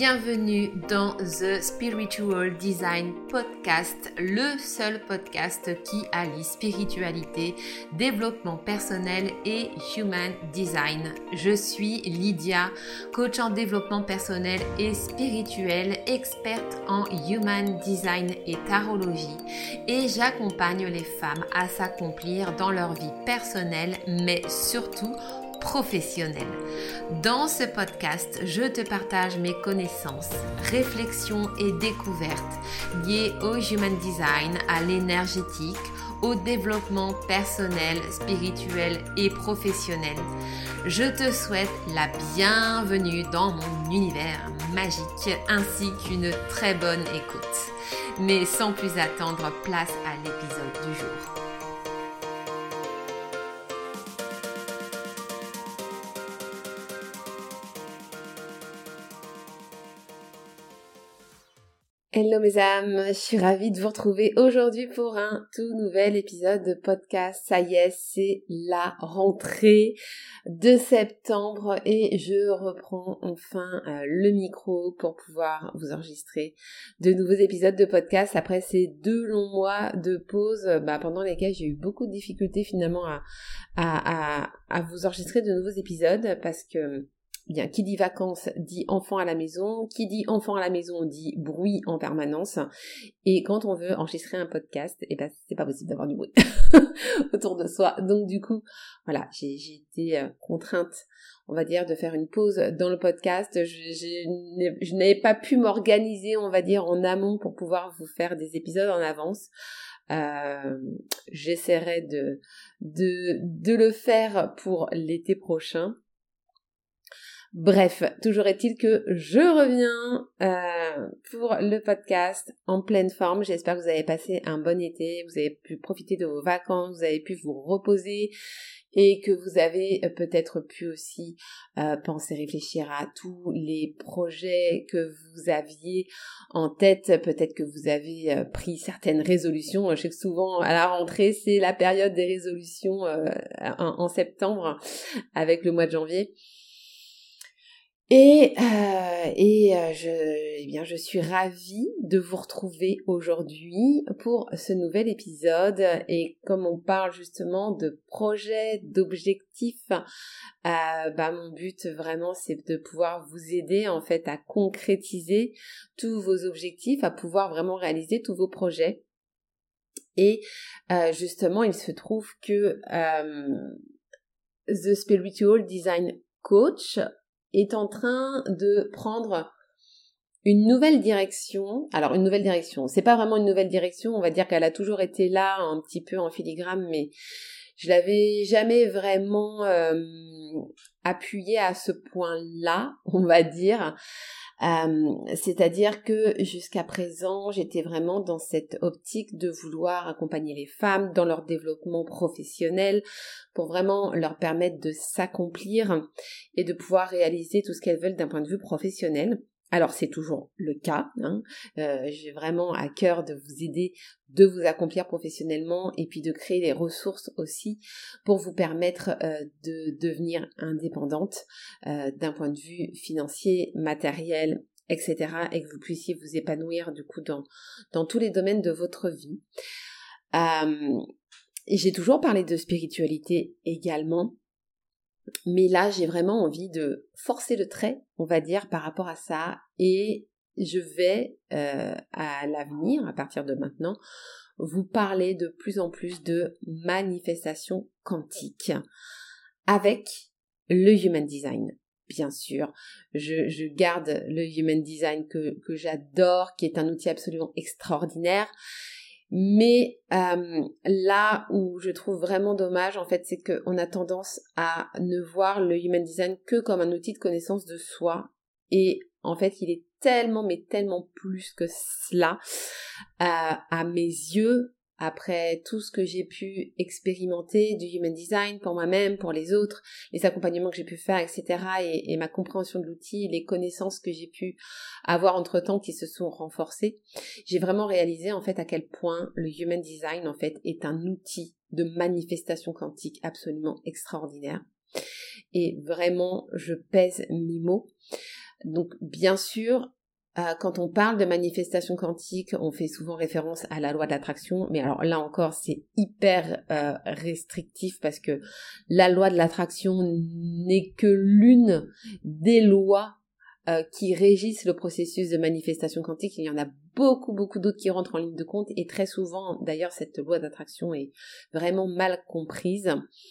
Bienvenue dans The Spiritual Design Podcast, le seul podcast qui allie spiritualité, développement personnel et human design. Je suis Lydia, coach en développement personnel et spirituel, experte en human design et tarologie, et j'accompagne les femmes à s'accomplir dans leur vie personnelle, mais surtout professionnelle. Dans ce podcast, je te partage mes connaissances, réflexions et découvertes liées au human design, à l'énergétique, au développement personnel, spirituel et professionnel. Je te souhaite la bienvenue dans mon univers magique ainsi qu'une très bonne écoute. Mais sans plus attendre, place à l'épisode du jour. Hello mes âmes, je suis ravie de vous retrouver aujourd'hui pour un tout nouvel épisode de podcast. Ça y est, c'est la rentrée de septembre et je reprends enfin le micro pour pouvoir vous enregistrer de nouveaux épisodes de podcast après ces 2 longs mois de pause pendant lesquels j'ai eu beaucoup de difficultés finalement à vous enregistrer de nouveaux épisodes parce que bien, qui dit vacances dit enfant à la maison, qui dit enfant à la maison dit bruit en permanence, et quand on veut enregistrer un podcast, c'est pas possible d'avoir du bruit autour de soi. Donc du coup, voilà, j'ai été contrainte, on va dire, de faire une pause dans le podcast. Je n'avais pas pu m'organiser, on va dire, en amont pour pouvoir vous faire des épisodes en avance. J'essaierai de le faire pour l'été prochain. Bref, toujours est-il que je reviens pour le podcast en pleine forme. J'espère que vous avez passé un bon été, vous avez pu profiter de vos vacances, vous avez pu vous reposer et que vous avez peut-être pu aussi penser, réfléchir à tous les projets que vous aviez en tête. Peut-être que vous avez pris certaines résolutions. Je sais que souvent à la rentrée, c'est la période des résolutions en septembre avec le mois de janvier. Je suis ravie de vous retrouver aujourd'hui pour ce nouvel épisode. Et comme on parle justement de projets, d'objectifs, mon but vraiment c'est de pouvoir vous aider en fait à concrétiser tous vos objectifs, à pouvoir vraiment réaliser tous vos projets. Et justement, il se trouve que The Spiritual Design Coach est en train de prendre une nouvelle direction. Alors, une nouvelle direction, c'est pas vraiment une nouvelle direction, on va dire qu'elle a toujours été là, un petit peu en filigrane, mais je l'avais jamais vraiment appuyée à ce point-là, on va dire. C'est-à-dire que jusqu'à présent, j'étais vraiment dans cette optique de vouloir accompagner les femmes dans leur développement professionnel pour vraiment leur permettre de s'accomplir et de pouvoir réaliser tout ce qu'elles veulent d'un point de vue professionnel. Alors c'est toujours le cas, j'ai vraiment à cœur de vous aider, de vous accomplir professionnellement et puis de créer des ressources aussi pour vous permettre de devenir indépendante d'un point de vue financier, matériel, etc. et que vous puissiez vous épanouir du coup dans tous les domaines de votre vie. Et j'ai toujours parlé de spiritualité également. Mais là, j'ai vraiment envie de forcer le trait, on va dire, par rapport à ça. Et je vais, à l'avenir, à partir de maintenant, vous parler de plus en plus de manifestation quantique avec le Human Design. Bien sûr, je garde le Human Design que j'adore, qui est un outil absolument extraordinaire. Mais là où je trouve vraiment dommage, en fait, c'est qu'on a tendance à ne voir le Human Design que comme un outil de connaissance de soi. Et en fait, il est tellement, mais tellement plus que cela à mes yeux. Après tout ce que j'ai pu expérimenter du Human Design pour moi-même, pour les autres, les accompagnements que j'ai pu faire, etc. et ma compréhension de l'outil, les connaissances que j'ai pu avoir entre-temps qui se sont renforcées, j'ai vraiment réalisé en fait à quel point le Human Design en fait est un outil de manifestation quantique absolument extraordinaire. Et vraiment, je pèse mes mots. Donc bien sûr, quand on parle de manifestation quantique, on fait souvent référence à la loi de l'attraction, mais alors là encore, c'est hyper restrictif parce que la loi de l'attraction n'est que l'une des lois qui régissent le processus de manifestation quantique. Il y en a beaucoup d'autres qui rentrent en ligne de compte et très souvent, d'ailleurs, cette loi d'attraction est vraiment mal comprise.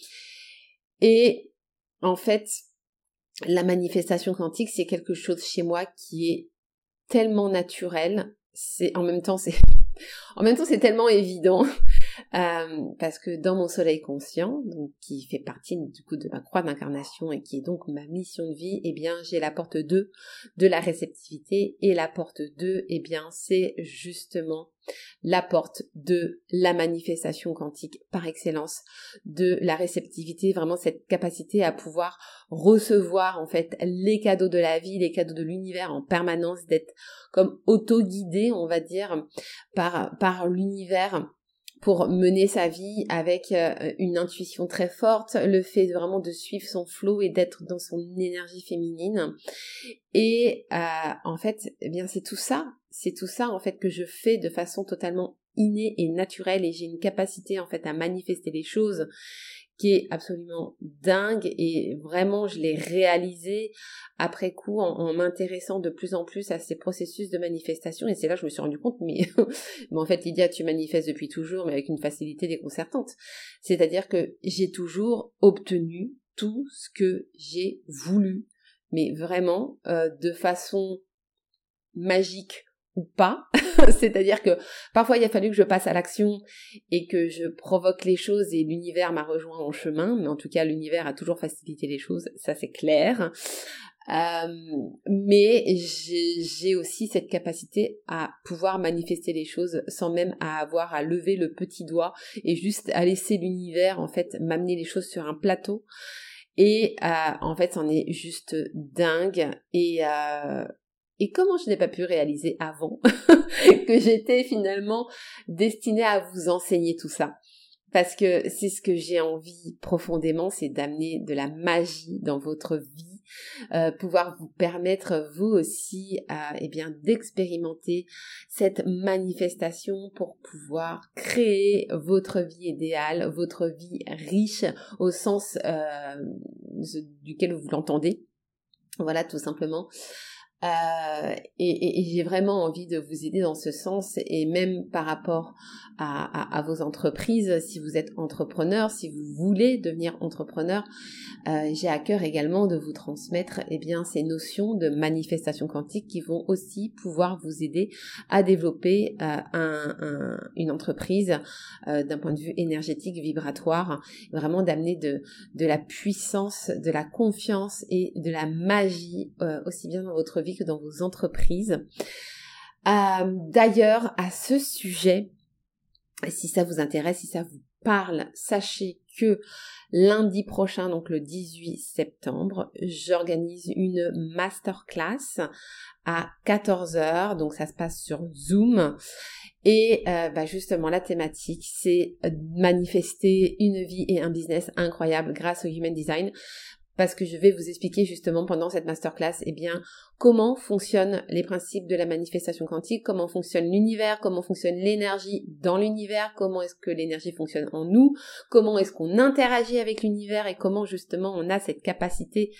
Et en fait, la manifestation quantique, c'est quelque chose chez moi qui est tellement naturel, en même temps c'est tellement évident parce que dans mon soleil conscient, donc qui fait partie du coup de ma croix d'incarnation et qui est donc ma mission de vie, eh bien j'ai la porte 2 de la réceptivité, et la porte 2, eh bien c'est justement la porte de la manifestation quantique par excellence, de la réceptivité, vraiment cette capacité à pouvoir recevoir en fait les cadeaux de la vie, les cadeaux de l'univers en permanence, d'être comme auto-guidé, on va dire, par l'univers pour mener sa vie avec une intuition très forte, le fait vraiment de suivre son flow et d'être dans son énergie féminine. Et en fait, eh bien c'est tout ça en fait que je fais de façon totalement innée et naturelle, et j'ai une capacité en fait à manifester les choses qui est absolument dingue, et vraiment je l'ai réalisé après coup en m'intéressant de plus en plus à ces processus de manifestation, et c'est là que je me suis rendu compte, mais en fait Lydia, tu manifestes depuis toujours, mais avec une facilité déconcertante. C'est-à-dire que j'ai toujours obtenu tout ce que j'ai voulu, mais vraiment de façon magique ou pas. C'est-à-dire que parfois il a fallu que je passe à l'action et que je provoque les choses, et l'univers m'a rejoint en chemin, mais en tout cas l'univers a toujours facilité les choses, ça c'est clair. Mais j'ai aussi cette capacité à pouvoir manifester les choses sans même avoir à lever le petit doigt, et juste à laisser l'univers en fait m'amener les choses sur un plateau. Et en fait c'en est juste dingue. Et comment je n'ai pas pu réaliser avant que j'étais finalement destinée à vous enseigner tout ça. Parce que c'est ce que j'ai envie profondément, c'est d'amener de la magie dans votre vie, pouvoir vous permettre vous aussi d'expérimenter cette manifestation pour pouvoir créer votre vie idéale, votre vie riche au sens duquel vous l'entendez. Voilà, tout simplement. Et j'ai vraiment envie de vous aider dans ce sens, et même par rapport à vos entreprises, si vous êtes entrepreneur, si vous voulez devenir entrepreneur, j'ai à cœur également de vous transmettre ces notions de manifestation quantique qui vont aussi pouvoir vous aider à développer une entreprise d'un point de vue énergétique, vibratoire, vraiment d'amener de la puissance, de la confiance et de la magie aussi bien dans votre vie que dans vos entreprises. D'ailleurs, à ce sujet, si ça vous intéresse, si ça vous parle, sachez que lundi prochain, donc le 18 septembre, j'organise une masterclass à 14h, donc ça se passe sur Zoom. Et justement, la thématique, c'est manifester une vie et un business incroyable grâce au Human Design. Parce que je vais vous expliquer justement pendant cette masterclass, comment fonctionnent les principes de la manifestation quantique, comment fonctionne l'univers, comment fonctionne l'énergie dans l'univers, comment est-ce que l'énergie fonctionne en nous, comment est-ce qu'on interagit avec l'univers, et comment justement on a cette capacité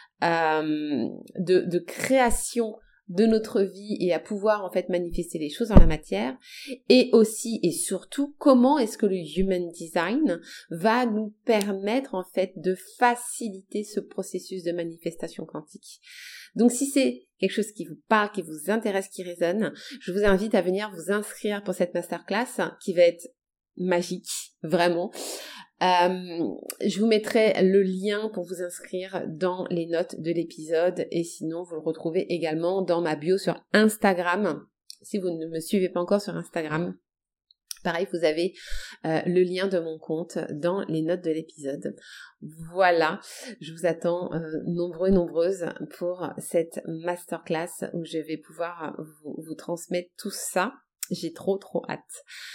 de création de notre vie, et à pouvoir en fait manifester les choses dans la matière. Et aussi et surtout, comment est-ce que le Human Design va nous permettre en fait de faciliter ce processus de manifestation quantique. Donc si c'est quelque chose qui vous parle, qui vous intéresse, qui résonne, je vous invite à venir vous inscrire pour cette masterclass qui va être magique, vraiment. Je vous mettrai le lien pour vous inscrire dans les notes de l'épisode, et sinon vous le retrouvez également dans ma bio sur Instagram. Si vous ne me suivez pas encore sur Instagram, pareil, vous avez le lien de mon compte dans les notes de l'épisode. Voilà, je vous attends nombreuses pour cette masterclass où je vais pouvoir vous transmettre tout ça. J'ai trop hâte.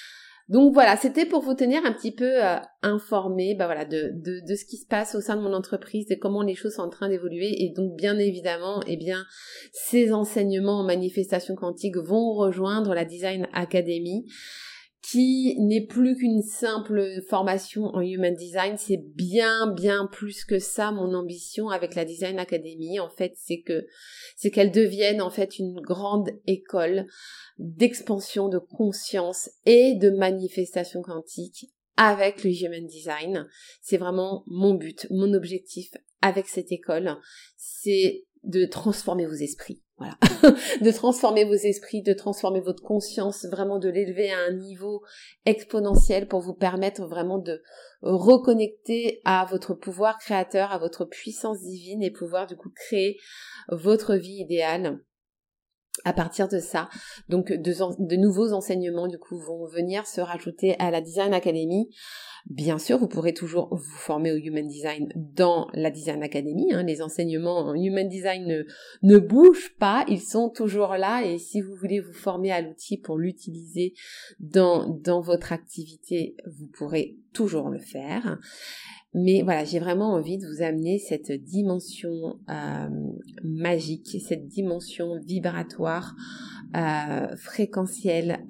Donc voilà, c'était pour vous tenir un petit peu informés de ce qui se passe au sein de mon entreprise, de comment les choses sont en train d'évoluer. Et donc bien évidemment, ces enseignements en manifestation quantique vont rejoindre la Design Academy, qui n'est plus qu'une simple formation en Human Design. C'est bien plus que ça. Mon ambition avec la Design Academy, en fait, c'est qu'elle devienne en fait une grande école d'expansion de conscience et de manifestation quantique avec le Human Design. C'est vraiment mon but, mon objectif avec cette école, c'est de transformer vos esprits. Voilà, de transformer vos esprits, de transformer votre conscience, vraiment de l'élever à un niveau exponentiel pour vous permettre vraiment de reconnecter à votre pouvoir créateur, à votre puissance divine et pouvoir du coup créer votre vie idéale. À partir de ça, donc de nouveaux enseignements du coup vont venir se rajouter à la Design Academy. Bien sûr, vous pourrez toujours vous former au Human Design dans la Design Academy. Les enseignements en Human Design ne bougent pas, ils sont toujours là. Et si vous voulez vous former à l'outil pour l'utiliser dans votre activité, vous pourrez toujours le faire. Mais voilà, j'ai vraiment envie de vous amener cette dimension magique, cette dimension vibratoire, fréquentielle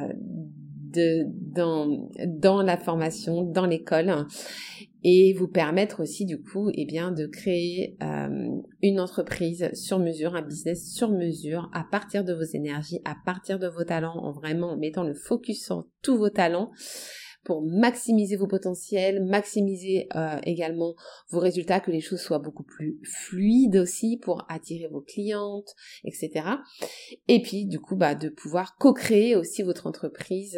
dans la formation, dans l'école, et vous permettre aussi du coup de créer une entreprise sur mesure, un business sur mesure à partir de vos énergies, à partir de vos talents, en vraiment mettant le focus sur tous vos talents pour maximiser vos potentiels, maximiser également vos résultats, que les choses soient beaucoup plus fluides aussi pour attirer vos clientes, etc. Et puis du coup de pouvoir co-créer aussi votre entreprise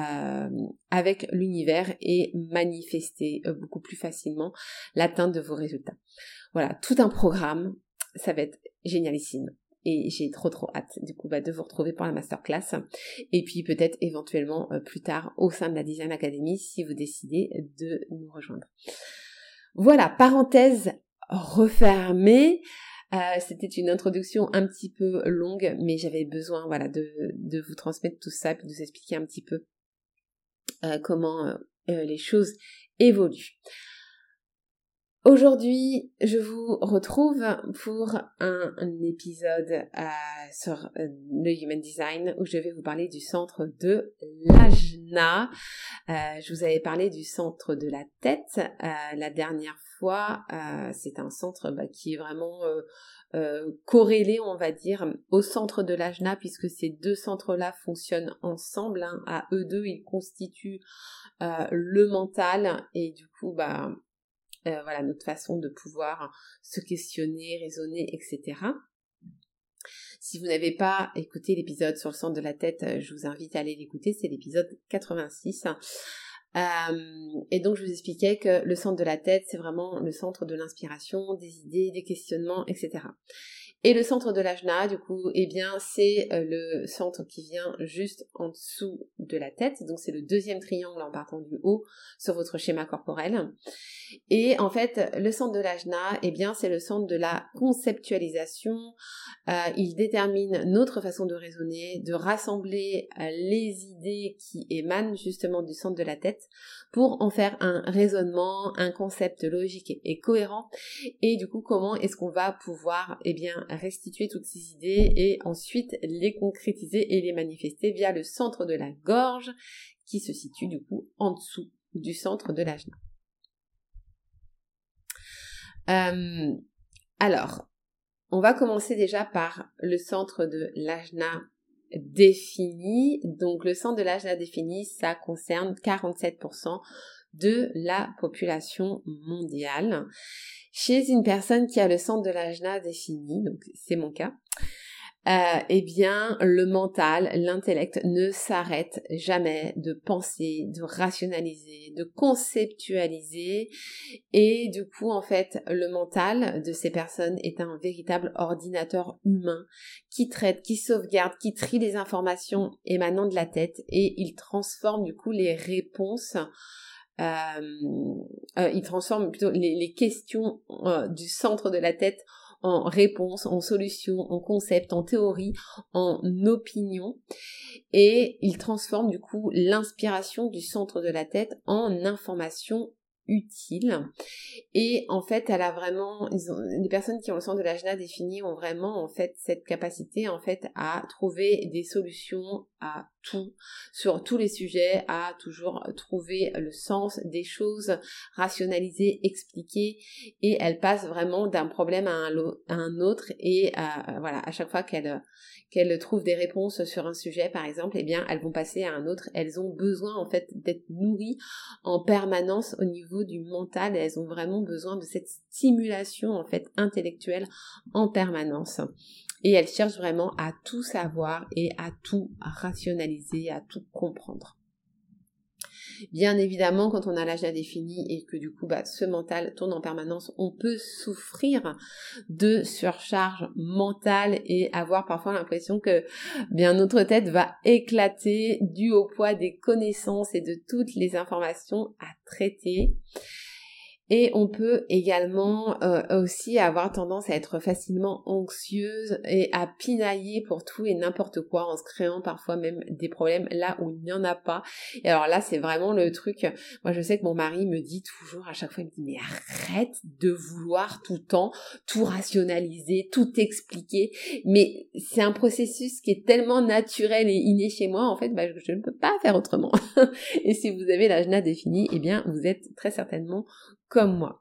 avec l'univers et manifester beaucoup plus facilement l'atteinte de vos résultats. Voilà, tout un programme, ça va être génialissime. Et j'ai trop hâte du coup de vous retrouver pour la masterclass et puis peut-être éventuellement plus tard au sein de la Design Academy si vous décidez de nous rejoindre. Voilà, parenthèse refermée. C'était une introduction un petit peu longue, mais j'avais besoin de vous transmettre tout ça puis de vous expliquer un petit peu comment les choses évoluent. Aujourd'hui, je vous retrouve pour un épisode sur le Human Design où je vais vous parler du centre de l'Ajna. Je vous avais parlé du centre de la tête la dernière fois. C'est un centre qui est vraiment corrélé, on va dire, au centre de l'Ajna puisque ces deux centres-là fonctionnent ensemble. À eux deux, ils constituent le mental et du coup, notre façon de pouvoir se questionner, raisonner, etc. Si vous n'avez pas écouté l'épisode sur le centre de la tête, je vous invite à aller l'écouter, c'est l'épisode 86. Et donc je vous expliquais que le centre de la tête, c'est vraiment le centre de l'inspiration, des idées, des questionnements, etc. Et le centre de l'Ajna, du coup, c'est le centre qui vient juste en dessous de la tête. Donc c'est le deuxième triangle en partant du haut sur votre schéma corporel. Et en fait, le centre de l'Ajna, c'est le centre de la conceptualisation. Il détermine notre façon de raisonner, de rassembler les idées qui émanent justement du centre de la tête pour en faire un raisonnement, un concept logique et cohérent. Et du coup, comment est-ce qu'on va pouvoir restituer toutes ces idées et ensuite les concrétiser et les manifester via le centre de la gorge qui se situe du coup en dessous du centre de l'Ajna. Alors, on va commencer déjà par le centre de l'Ajna défini. Donc, le centre de l'Ajna défini, ça concerne 47% de la population mondiale. Chez une personne qui a le centre de l'Ajna défini, donc c'est mon cas, le mental, l'intellect ne s'arrête jamais de penser, de rationaliser, de conceptualiser et du coup en fait le mental de ces personnes est un véritable ordinateur humain qui traite, qui sauvegarde, qui trie les informations émanant de la tête et il transforme du coup les réponses il transforme plutôt les questions du centre de la tête en réponses, en solutions, en concepts, en théories, en opinions. Et il transforme du coup l'inspiration du centre de la tête en information utile. Et en fait, elle a vraiment, les personnes qui ont le centre de l'ajna défini ont vraiment en fait cette capacité en fait à trouver des solutions à tout, sur tous les sujets, à toujours trouver le sens des choses, rationaliser, expliquer, et elle passe vraiment d'un problème à un autre, et voilà, à chaque fois qu'elles trouvent des réponses sur un sujet par exemple, eh bien elles vont passer à un autre. Elles ont besoin en fait d'être nourries en permanence au niveau du mental, et elles ont vraiment besoin de cette stimulation en fait intellectuelle en permanence. Et elles cherchent vraiment à tout savoir et à tout rationaliser, à tout comprendre. Bien évidemment, quand on a l'âge indéfini et que du coup ce mental tourne en permanence, on peut souffrir de surcharge mentale et avoir parfois l'impression que notre tête va éclater dû au poids des connaissances et de toutes les informations à traiter. Et on peut également aussi avoir tendance à être facilement anxieuse et à pinailler pour tout et n'importe quoi, en se créant parfois même des problèmes là où il n'y en a pas. Et alors là, c'est vraiment le truc, moi je sais que mon mari me dit toujours, à chaque fois il me dit, mais arrête de vouloir tout le temps tout rationaliser, tout expliquer. Mais c'est un processus qui est tellement naturel et inné chez moi, en fait, je ne peux pas faire autrement. Et si vous avez l'ajna défini, eh bien vous êtes très certainement comme moi.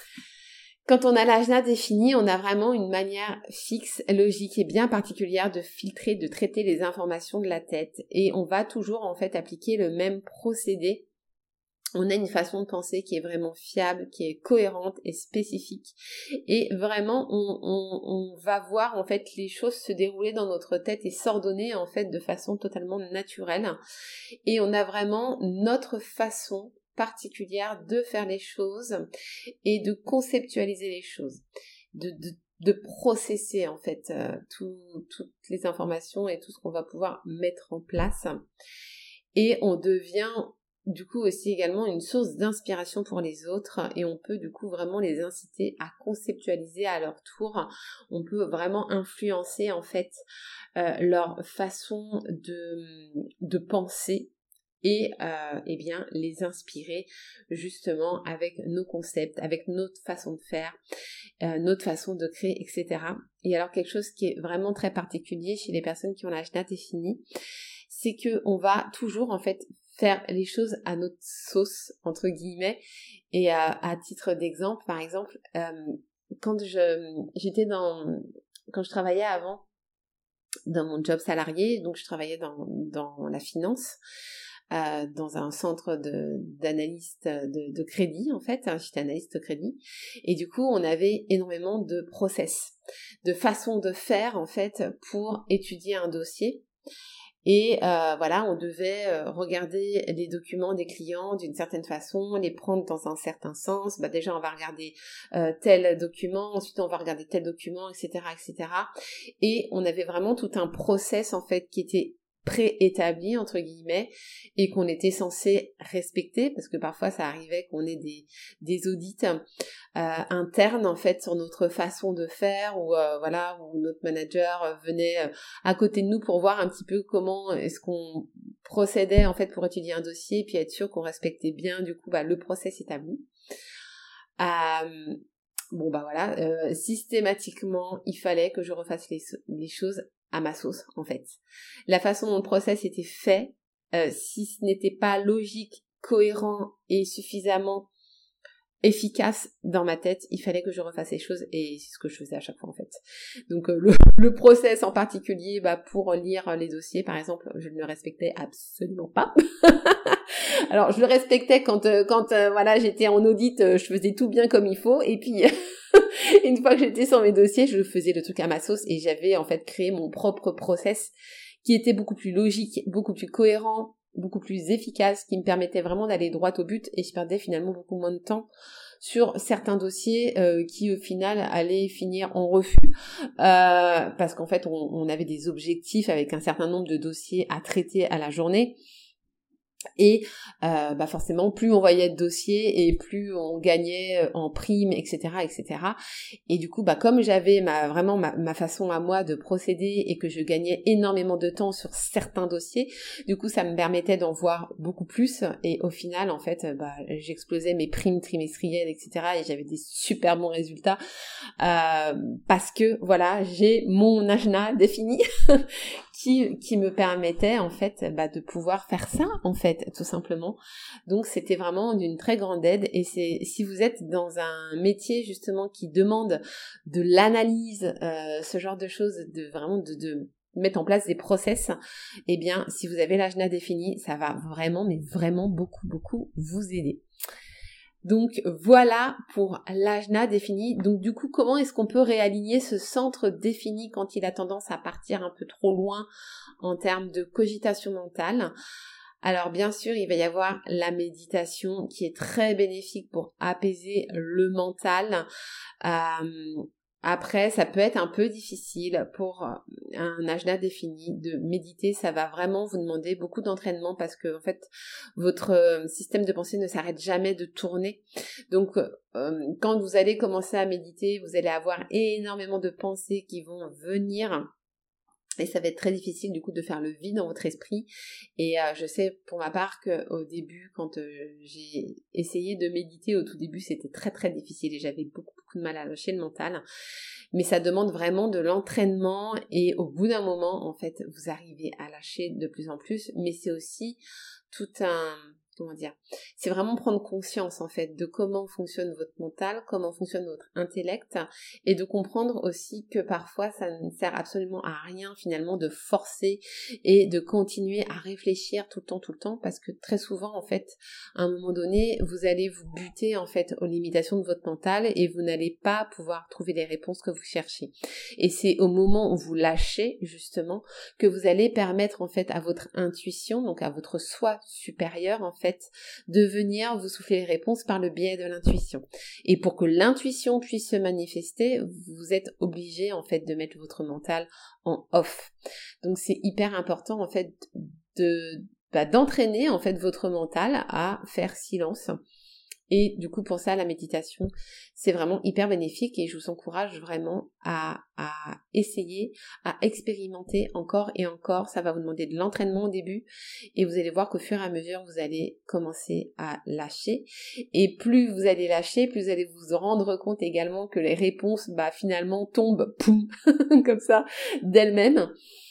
Quand on a l'ajna défini, on a vraiment une manière fixe, logique et bien particulière de filtrer, de traiter les informations de la tête, et on va toujours en fait appliquer le même procédé. On a une façon de penser qui est vraiment fiable, qui est cohérente et spécifique, et vraiment on va voir en fait les choses se dérouler dans notre tête et s'ordonner en fait de façon totalement naturelle, et on a vraiment notre façon particulière de faire les choses et de conceptualiser les choses, de processer en fait toutes les informations et tout ce qu'on va pouvoir mettre en place, et on devient du coup aussi également une source d'inspiration pour les autres, et on peut du coup vraiment les inciter à conceptualiser à leur tour. On peut vraiment influencer en fait leur façon de penser, et bien les inspirer justement avec nos concepts, avec notre façon de faire, notre façon de créer, etc. Et alors quelque chose qui est vraiment très particulier chez les personnes qui ont l'ajna défini, c'est que on va toujours en fait faire les choses à notre sauce entre guillemets. Et à titre d'exemple, par exemple, quand je travaillais avant dans mon job salarié, donc je travaillais dans la finance, dans un centre d'analyste de crédit en fait, j'étais analyste crédit, et du coup on avait énormément de process, de façons de faire en fait pour étudier un dossier. Et voilà, on devait regarder les documents des clients d'une certaine façon, les prendre dans un certain sens. Déjà, on va regarder tel document, ensuite on va regarder tel document, etc., etc. Et on avait vraiment tout un process en fait qui était préétabli entre guillemets, et qu'on était censé respecter, parce que parfois ça arrivait qu'on ait des audits internes en fait sur notre façon de faire, ou voilà, où notre manager venait à côté de nous pour voir un petit peu comment est-ce qu'on procédait en fait pour étudier un dossier, et puis être sûr qu'on respectait bien du coup le process établi. Voilà, systématiquement il fallait que je refasse les choses à ma sauce en fait. La façon dont le process était fait, si ce n'était pas logique, cohérent et suffisamment efficace dans ma tête, il fallait que je refasse les choses, et c'est ce que je faisais à chaque fois en fait. Donc le process en particulier, pour lire les dossiers par exemple, je ne le respectais absolument pas. Alors je le respectais quand voilà, j'étais en audit, je faisais tout bien comme il faut, et puis une fois que j'étais sur mes dossiers, je faisais le truc à ma sauce, et j'avais en fait créé mon propre process qui était beaucoup plus logique, beaucoup plus cohérent, beaucoup plus efficace, qui me permettait vraiment d'aller droit au but, et je perdais finalement beaucoup moins de temps sur certains dossiers qui au final allaient finir en refus, parce qu'en fait on avait des objectifs avec un certain nombre de dossiers à traiter à la journée. Et forcément, plus on voyait de dossiers et plus on gagnait en primes, etc., etc. Et du coup, comme j'avais ma façon à moi de procéder et que je gagnais énormément de temps sur certains dossiers, du coup, ça me permettait d'en voir beaucoup plus. Et au final, en fait, j'explosais mes primes trimestrielles, etc. Et j'avais des super bons résultats parce que voilà, j'ai mon agenda défini. qui me permettait en fait de pouvoir faire ça en fait tout simplement. Donc c'était vraiment d'une très grande aide et si vous êtes dans un métier justement qui demande de l'analyse, ce genre de choses, de mettre en place des process, eh bien si vous avez l'agenda défini, ça va vraiment mais vraiment beaucoup vous aider. Donc voilà pour l'ajna défini. Donc du coup, comment est-ce qu'on peut réaligner ce centre défini quand il a tendance à partir un peu trop loin en termes de cogitation mentale? Alors bien sûr, il va y avoir la méditation qui est très bénéfique pour apaiser le mental. Après, ça peut être un peu difficile pour un ajna défini de méditer. Ça va vraiment vous demander beaucoup d'entraînement parce que en fait, votre système de pensée ne s'arrête jamais de tourner. Donc, quand vous allez commencer à méditer, vous allez avoir énormément de pensées qui vont venir. Et ça va être très difficile du coup de faire le vide dans votre esprit. Et je sais pour ma part qu'au début, quand j'ai essayé de méditer, au tout début c'était très très difficile et j'avais beaucoup de mal à lâcher le mental. Mais ça demande vraiment de l'entraînement et au bout d'un moment, en fait, vous arrivez à lâcher de plus en plus. Mais c'est aussi tout un... c'est vraiment prendre conscience en fait de comment fonctionne votre mental, comment fonctionne votre intellect et de comprendre aussi que parfois ça ne sert absolument à rien finalement de forcer et de continuer à réfléchir tout le temps parce que très souvent en fait à un moment donné vous allez vous buter en fait aux limitations de votre mental et vous n'allez pas pouvoir trouver les réponses que vous cherchez. Et c'est au moment où vous lâchez justement que vous allez permettre en fait à votre intuition, donc à votre soi supérieur en fait, de venir vous souffler les réponses par le biais de l'intuition. Et pour que l'intuition puisse se manifester, vous êtes obligé en fait de mettre votre mental en off. Donc c'est hyper important en fait d'entraîner en fait votre mental à faire silence. Et du coup, pour ça, la méditation, c'est vraiment hyper bénéfique et je vous encourage vraiment à essayer, à expérimenter encore et encore. Ça va vous demander de l'entraînement au début et vous allez voir qu'au fur et à mesure, vous allez commencer à lâcher. Et plus vous allez lâcher, plus vous allez vous rendre compte également que les réponses, finalement, tombent, poum, comme ça, d'elles-mêmes.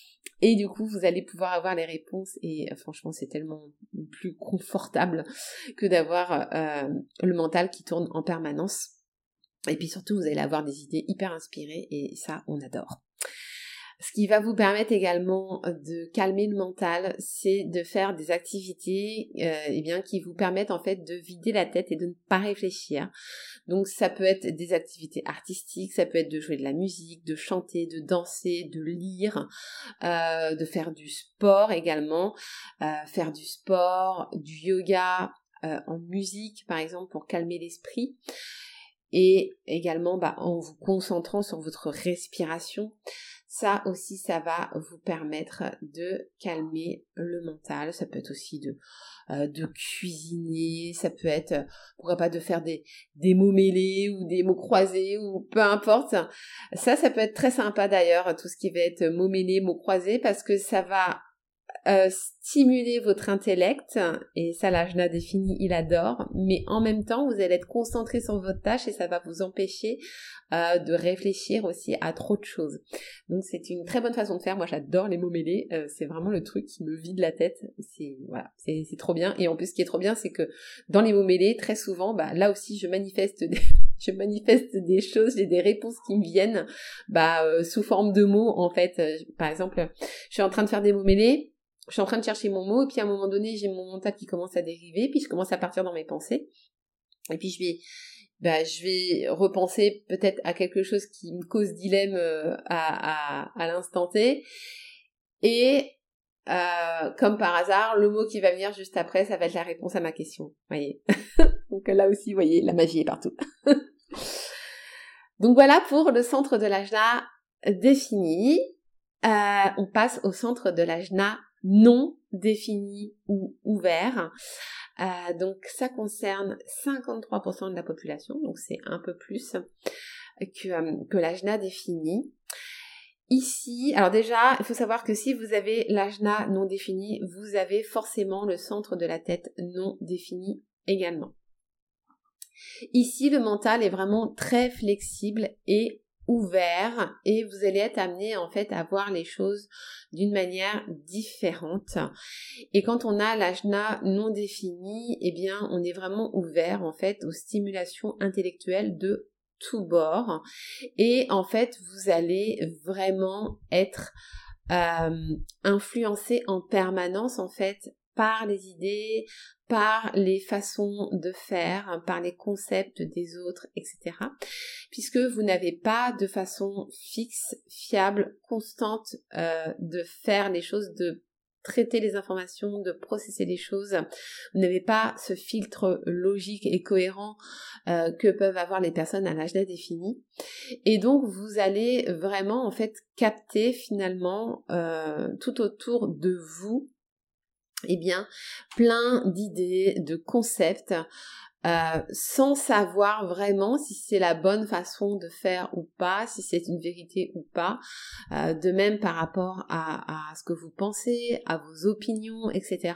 Et du coup, vous allez pouvoir avoir les réponses et franchement, c'est tellement plus confortable que d'avoir le mental qui tourne en permanence. Et puis surtout, vous allez avoir des idées hyper inspirées et ça, on adore. Ce qui va vous permettre également de calmer le mental, c'est de faire des activités qui vous permettent en fait de vider la tête et de ne pas réfléchir. Donc ça peut être des activités artistiques, ça peut être de jouer de la musique, de chanter, de danser, de lire, de faire du sport également, faire du sport, du yoga en musique par exemple pour calmer l'esprit. Et également en vous concentrant sur votre respiration. Ça aussi, ça va vous permettre de calmer le mental. Ça peut être aussi de cuisiner, ça peut être, pourquoi pas, de faire des mots mêlés ou des mots croisés ou peu importe. Ça peut être très sympa d'ailleurs, tout ce qui va être mots mêlés, mots croisés, parce que ça va stimuler votre intellect et ça l'ajna défini il adore, mais en même temps vous allez être concentré sur votre tâche et ça va vous empêcher de réfléchir aussi à trop de choses. Donc c'est une très bonne façon de faire. Moi j'adore les mots mêlés, c'est vraiment le truc qui me vide la tête, c'est trop bien. Et en plus ce qui est trop bien c'est que dans les mots mêlés très souvent là aussi je manifeste des choses, j'ai des réponses qui me viennent sous forme de mots en fait. Par exemple, je suis en train de faire des mots mêlés, je suis en train de chercher mon mot et puis à un moment donné j'ai mon mental qui commence à dériver, puis je commence à partir dans mes pensées et puis je vais repenser peut-être à quelque chose qui me cause dilemme à l'instant T et comme par hasard le mot qui va venir juste après ça va être la réponse à ma question, vous voyez. Donc là aussi vous voyez la magie est partout. Donc voilà pour le centre de l'ajna défini. On passe au centre de l'ajna non définis ou ouverts. Donc ça concerne 53% de la population, donc c'est un peu plus que l'ajna défini. Ici, alors déjà, il faut savoir que si vous avez l'ajna non défini, vous avez forcément le centre de la tête non défini également. Ici, le mental est vraiment très flexible et ouvert et vous allez être amené en fait à voir les choses d'une manière différente. Et quand on a l'ajna non défini, eh bien, on est vraiment ouvert en fait aux stimulations intellectuelles de tous bords. Et en fait, vous allez vraiment être influencé en permanence en fait par les idées, par les façons de faire, par les concepts des autres, etc. Puisque vous n'avez pas de façon fixe, fiable, constante de faire les choses, de traiter les informations, de processer les choses. Vous n'avez pas ce filtre logique et cohérent que peuvent avoir les personnes à l'âge défini. Et donc, vous allez vraiment, en fait, capter finalement tout autour de vous, eh bien, plein d'idées, de concepts, sans savoir vraiment si c'est la bonne façon de faire ou pas, si c'est une vérité ou pas, de même par rapport à ce que vous pensez, à vos opinions, etc.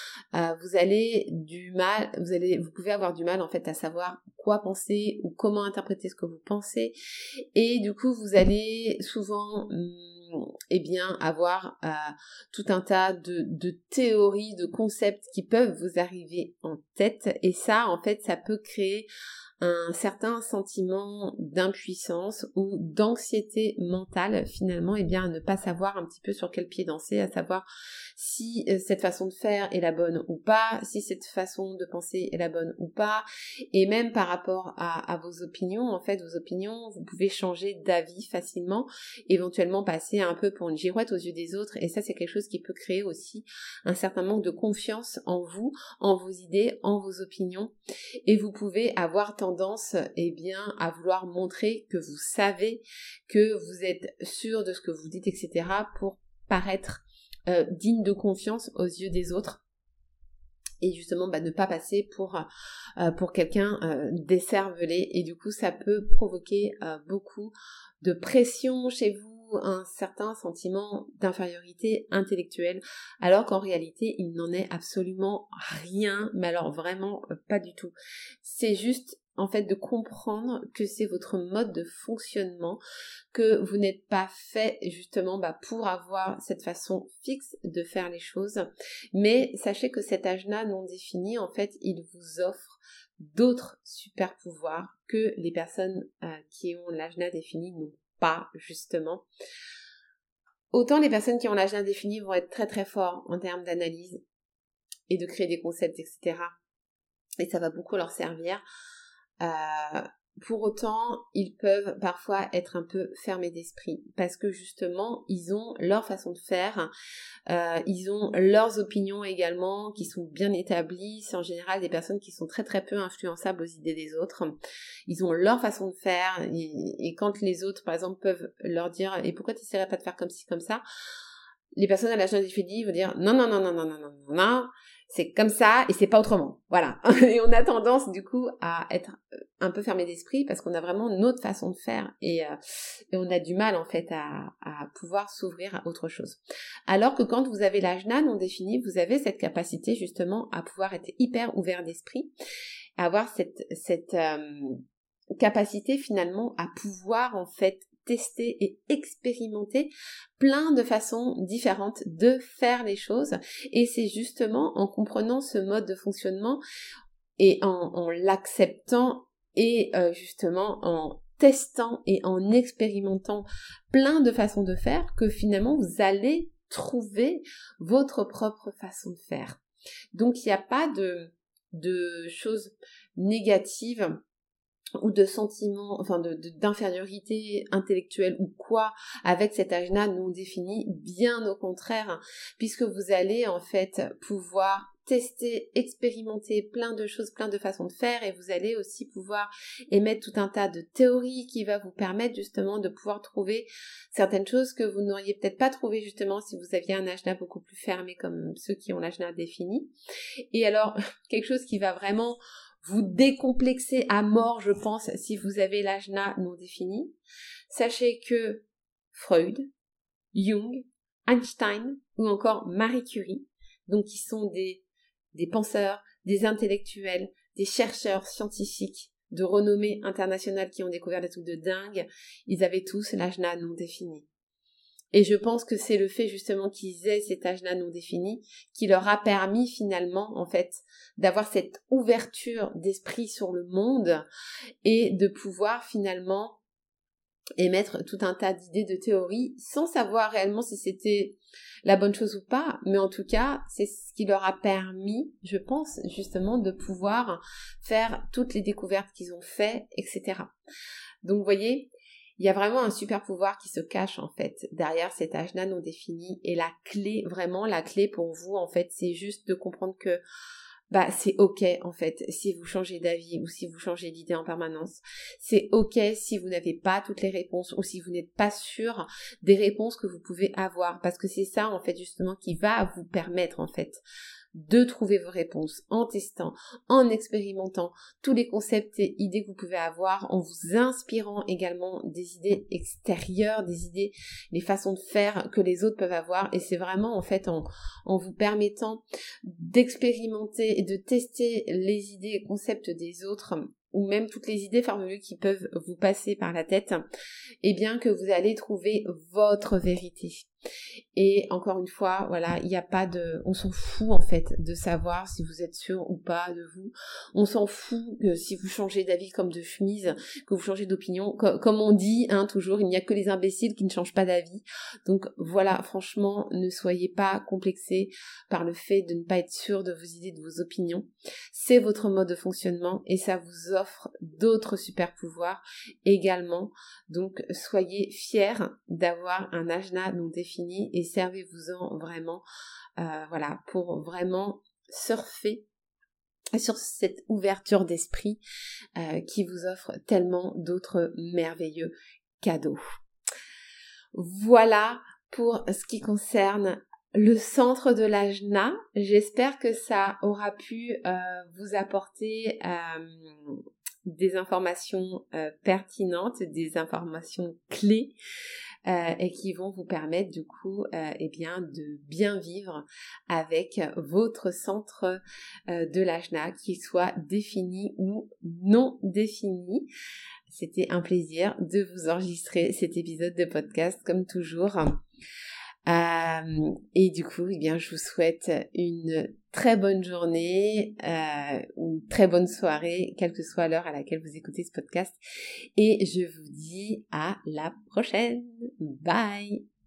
Vous pouvez avoir du mal en fait à savoir quoi penser ou comment interpréter ce que vous pensez, et du coup vous allez souvent avoir tout un tas de théories, de concepts qui peuvent vous arriver en tête, et ça en fait ça peut créer un certain sentiment d'impuissance ou d'anxiété mentale finalement, et bien à ne pas savoir un petit peu sur quel pied danser, à savoir si cette façon de faire est la bonne ou pas, si cette façon de penser est la bonne ou pas, et même par rapport à vos opinions, en fait vos opinions, vous pouvez changer d'avis facilement, éventuellement passer un peu pour une girouette aux yeux des autres, et ça c'est quelque chose qui peut créer aussi un certain manque de confiance en vous, en vos idées, en vos opinions, et vous pouvez avoir tendance à vouloir montrer que vous savez, que vous êtes sûr de ce que vous dites, etc. pour paraître digne de confiance aux yeux des autres. Et justement ne pas passer pour quelqu'un décervelé, et du coup ça peut provoquer beaucoup de pression chez vous, un certain sentiment d'infériorité intellectuelle, alors qu'en réalité il n'en est absolument rien, mais alors vraiment pas du tout. C'est juste en fait de comprendre que c'est votre mode de fonctionnement, que vous n'êtes pas fait justement pour avoir cette façon fixe de faire les choses, mais sachez que cet ajna non défini, en fait, il vous offre d'autres super pouvoirs que les personnes qui ont l'ajna défini n'ont pas, justement. Autant les personnes qui ont l'ajna défini vont être très très forts en termes d'analyse et de créer des concepts, etc. Et ça va beaucoup leur servir. Pour autant, ils peuvent parfois être un peu fermés d'esprit, parce que justement, ils ont leur façon de faire, ils ont leurs opinions également qui sont bien établies. C'est en général des personnes qui sont très très peu influençables aux idées des autres. Ils ont leur façon de faire, et quand les autres, par exemple, peuvent leur dire « Et pourquoi tu n'essaierais pas de faire comme ci, comme ça ?» Les personnes à l'ajna défini vont dire « Non, non, non, non, non, non, non, non, non. C'est comme ça et c'est pas autrement. » Voilà. Et on a tendance du coup à être un peu fermé d'esprit parce qu'on a vraiment notre façon de faire, et on a du mal en fait à pouvoir s'ouvrir à autre chose. Alors que quand vous avez l'ajna non défini, vous avez cette capacité justement à pouvoir être hyper ouvert d'esprit, à avoir cette capacité finalement à pouvoir en fait tester et expérimenter plein de façons différentes de faire les choses, et c'est justement en comprenant ce mode de fonctionnement et en l'acceptant, et justement en testant et en expérimentant plein de façons de faire que finalement vous allez trouver votre propre façon de faire. Donc il n'y a pas de choses négatives ou de sentiments, d'infériorité intellectuelle ou quoi avec cet ajna non défini, bien au contraire, puisque vous allez en fait pouvoir tester, expérimenter plein de choses, plein de façons de faire, et vous allez aussi pouvoir émettre tout un tas de théories qui va vous permettre justement de pouvoir trouver certaines choses que vous n'auriez peut-être pas trouvées justement si vous aviez un ajna beaucoup plus fermé comme ceux qui ont l'ajna défini. Et alors, quelque chose qui va vraiment vous décomplexer à mort, je pense, si vous avez l'ajna non défini, sachez que Freud, Jung, Einstein ou encore Marie Curie, donc qui sont des penseurs, des intellectuels, des chercheurs scientifiques de renommée internationale qui ont découvert des trucs de dingue, ils avaient tous l'ajna non défini. Et je pense que c'est le fait justement qu'ils aient cet ajna non défini qui leur a permis finalement, en fait, d'avoir cette ouverture d'esprit sur le monde et de pouvoir finalement émettre tout un tas d'idées, de théories, sans savoir réellement si c'était la bonne chose ou pas, mais en tout cas, c'est ce qui leur a permis, je pense, justement, de pouvoir faire toutes les découvertes qu'ils ont fait, etc. Donc, vous voyez, il y a vraiment un super pouvoir qui se cache, en fait, derrière cet ajna non défini, et la clé, vraiment, la clé pour vous, en fait, c'est juste de comprendre que c'est ok en fait si vous changez d'avis ou si vous changez d'idée en permanence. C'est ok si vous n'avez pas toutes les réponses ou si vous n'êtes pas sûr des réponses que vous pouvez avoir, parce que c'est ça en fait justement qui va vous permettre en fait de trouver vos réponses en testant, en expérimentant tous les concepts et idées que vous pouvez avoir, en vous inspirant également des idées extérieures, des idées, les façons de faire que les autres peuvent avoir. Et c'est vraiment en fait en vous permettant d'expérimenter et de tester les idées et concepts des autres, ou même toutes les idées farfelues qui peuvent vous passer par la tête, et bien que vous allez trouver votre vérité. Et encore une fois, voilà, il n'y a pas de... On s'en fout en fait de savoir si vous êtes sûr ou pas de vous. On s'en fout que si vous changez d'avis comme de chemise, que vous changez d'opinion. Comme on dit, toujours, il n'y a que les imbéciles qui ne changent pas d'avis. Donc voilà, franchement, ne soyez pas complexés par le fait de ne pas être sûr de vos idées, de vos opinions. C'est votre mode de fonctionnement et ça vous offre d'autres super pouvoirs également. Donc soyez fiers d'avoir un ajna non défini et servez-vous-en vraiment pour vraiment surfer sur cette ouverture d'esprit qui vous offre tellement d'autres merveilleux cadeaux. Voilà pour ce qui concerne le centre de l'ajna. J'espère que ça aura pu vous apporter des informations pertinentes, des informations clés et qui vont vous permettre du coup de bien vivre avec votre centre de l'ajna, qu'il soit défini ou non défini. C'était un plaisir de vous enregistrer cet épisode de podcast comme toujours. Et du coup, je vous souhaite une très bonne journée, une très bonne soirée, quelle que soit l'heure à laquelle vous écoutez ce podcast. Et je vous dis à la prochaine. Bye!